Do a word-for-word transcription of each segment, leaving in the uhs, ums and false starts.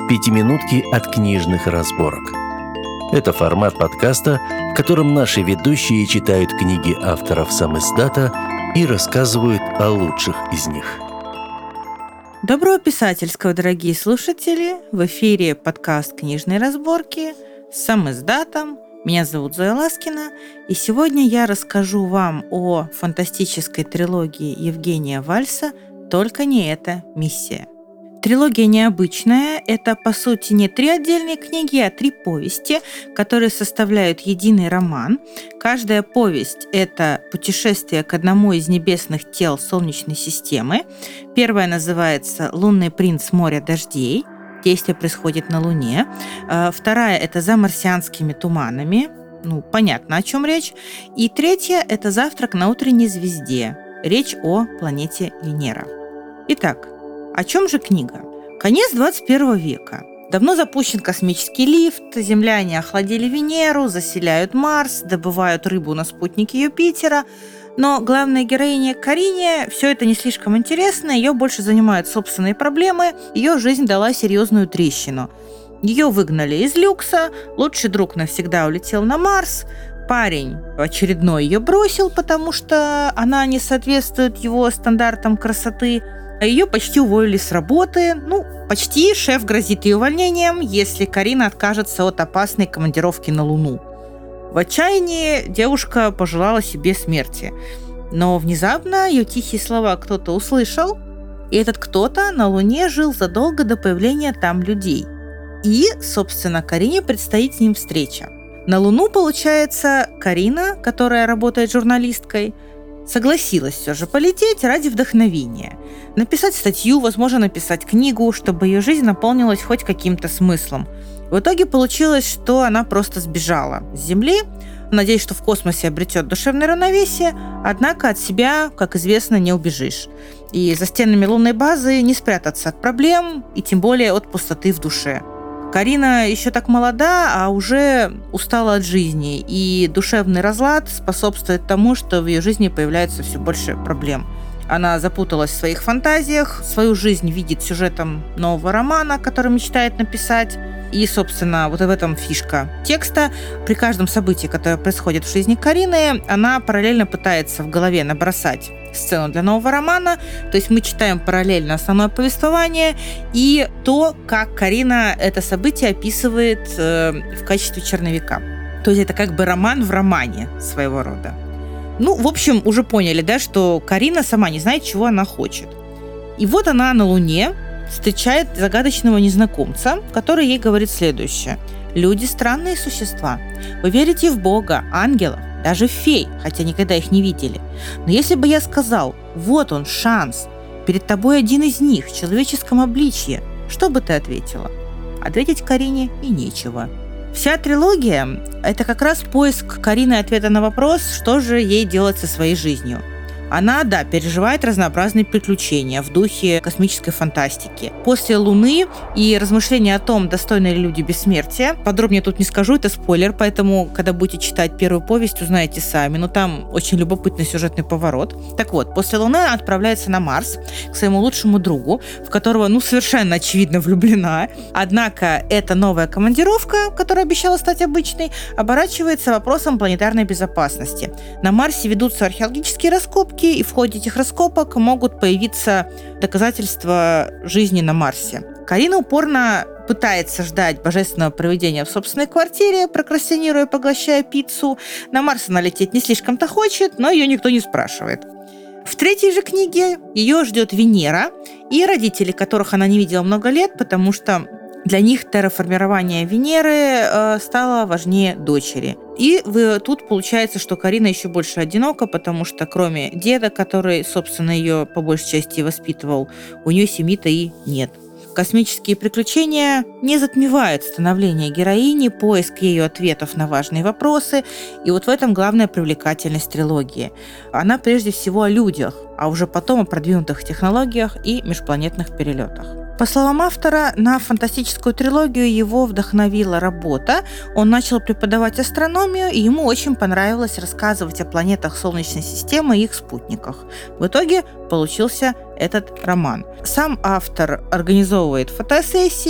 Пятиминутки от книжных разборок. Это формат подкаста, в котором наши ведущие читают книги авторов сам издата и рассказывают о лучших из них. Доброго писательского, дорогие слушатели! В эфире подкаст «Книжные разборки» с сам издатом. Меня зовут Зоя Ласкина, и сегодня я расскажу вам о фантастической трилогии Евгения Вальса «Только не эта миссия». Трилогия необычная. Это, по сути, не три отдельные книги, а три повести, которые составляют единый роман. Каждая повесть – это путешествие к одному из небесных тел Солнечной системы. Первая называется «Лунный принц моря дождей». Действие происходит на Луне. Вторая – это «За марсианскими туманами». Ну, понятно, о чем речь. И третья – это «Завтрак на утренней звезде». Речь о планете Венера. Итак, о чем же книга? Конец двадцать первого века. Давно запущен космический лифт, земляне охладили Венеру, заселяют Марс, добывают рыбу на спутнике Юпитера. Но главная героиня Карине все это не слишком интересно, ее больше занимают собственные проблемы, ее жизнь дала серьезную трещину. Ее выгнали из люкса, лучший друг навсегда улетел на Марс, парень очередной ее бросил, потому что она не соответствует его стандартам красоты, а ее почти уволили с работы. Ну, почти. Шеф грозит ее увольнением, если Карина откажется от опасной командировки на Луну. В отчаянии девушка пожелала себе смерти. Но внезапно ее тихие слова кто-то услышал, и этот кто-то на Луне жил задолго до появления там людей. И, собственно, Карине предстоит с ним встреча. На Луну, получается, Карина, которая работает журналисткой, согласилась все же полететь ради вдохновения. Написать статью, возможно, написать книгу, чтобы ее жизнь наполнилась хоть каким-то смыслом. В итоге получилось, что она просто сбежала с Земли, надеясь, что в космосе обретет душевное равновесие, однако от себя, как известно, не убежишь. И за стенами лунной базы не спрятаться от проблем, и тем более от пустоты в душе. Карина еще так молода, а уже устала от жизни, и душевный разлад способствует тому, что в ее жизни появляется все больше проблем. Она запуталась в своих фантазиях, свою жизнь видит сюжетом нового романа, который мечтает написать. И, собственно, вот в этом фишка текста. При каждом событии, которое происходит в жизни Карины, она параллельно пытается в голове набросать сцену для нового романа. То есть мы читаем параллельно основное повествование и то, как Карина это событие описывает э, в качестве черновика. То есть это как бы роман в романе своего рода. Ну, в общем, уже поняли, да, что Карина сама не знает, чего она хочет. И вот она на Луне встречает загадочного незнакомца, который ей говорит следующее. «Люди – странные существа. Вы верите в Бога, ангелов, даже в фей, хотя никогда их не видели. Но если бы я сказал, вот он, шанс, перед тобой один из них в человеческом обличье, что бы ты ответила?» Ответить Карине и нечего. Вся трилогия – это как раз поиск Карины ответа на вопрос, что же ей делать со своей жизнью. Она, да, переживает разнообразные приключения в духе космической фантастики. После Луны и размышления о том, достойны ли люди бессмертия. Подробнее тут не скажу, это спойлер, поэтому, когда будете читать первую повесть, узнаете сами. Но там очень любопытный сюжетный поворот. Так вот, после Луны она отправляется на Марс к своему лучшему другу, в которого, ну, совершенно очевидно влюблена. Однако эта новая командировка, которая обещала стать обычной, оборачивается вопросом планетарной безопасности. На Марсе ведутся археологические раскопки, и в ходе этих раскопок могут появиться доказательства жизни на Марсе. Карина упорно пытается ждать божественного провидения в собственной квартире, прокрастинируя, поглощая пиццу. На Марс она лететь не слишком-то хочет, но ее никто не спрашивает. В третьей же книге ее ждет Венера и родители, которых она не видела много лет, потому что для них терраформирование Венеры э, стало важнее дочери. И вы, тут получается, что Карина еще больше одинока, потому что кроме деда, который, собственно, ее по большей части воспитывал, у нее семьи-то и нет. Космические приключения не затмевают становление героини, поиск ее ответов на важные вопросы. И вот в этом главная привлекательность трилогии. Она прежде всего о людях, а уже потом о продвинутых технологиях и межпланетных перелетах. По словам автора, на фантастическую трилогию его вдохновила работа. Он начал преподавать астрономию, и ему очень понравилось рассказывать о планетах Солнечной системы и их спутниках. В итоге получился этот роман. Сам автор организовывает фотосессии,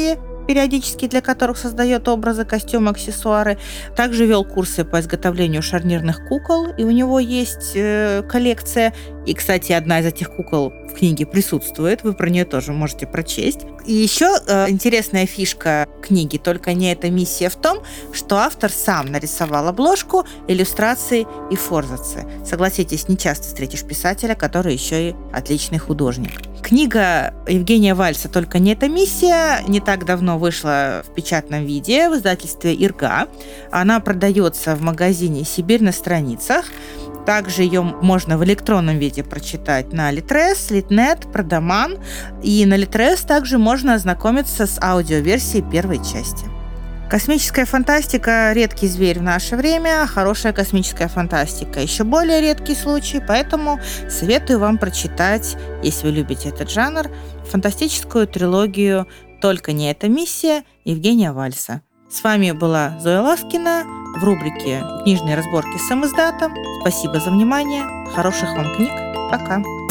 периодически для которых создает образы, костюмы, аксессуары. Также вел курсы по изготовлению шарнирных кукол, и у него есть э, коллекция. И, кстати, одна из этих кукол в книге присутствует, вы про нее тоже можете прочесть. И еще э, интересная фишка книги «Только не эта миссия» в том, что автор сам нарисовал обложку, иллюстрации и форзацы. Согласитесь, не часто встретишь писателя, который еще и отличный художник. Книга Евгения Вальса «Только не эта миссия» не так давно вышла в печатном виде в издательстве «Ирга». Она продается в магазине «Сибирь на страницах». Также ее можно в электронном виде прочитать на Литрес, Литнет, Продаман. И на Литрес также можно ознакомиться с аудиоверсией первой части. Космическая фантастика – редкий зверь в наше время, а хорошая космическая фантастика – еще более редкий случай, поэтому советую вам прочитать, если вы любите этот жанр, фантастическую трилогию «Только не эта миссия» Евгения Вальса. С вами была Зоя Ласкина в рубрике «Книжные разборки с самиздатом». Спасибо за внимание, хороших вам книг, пока!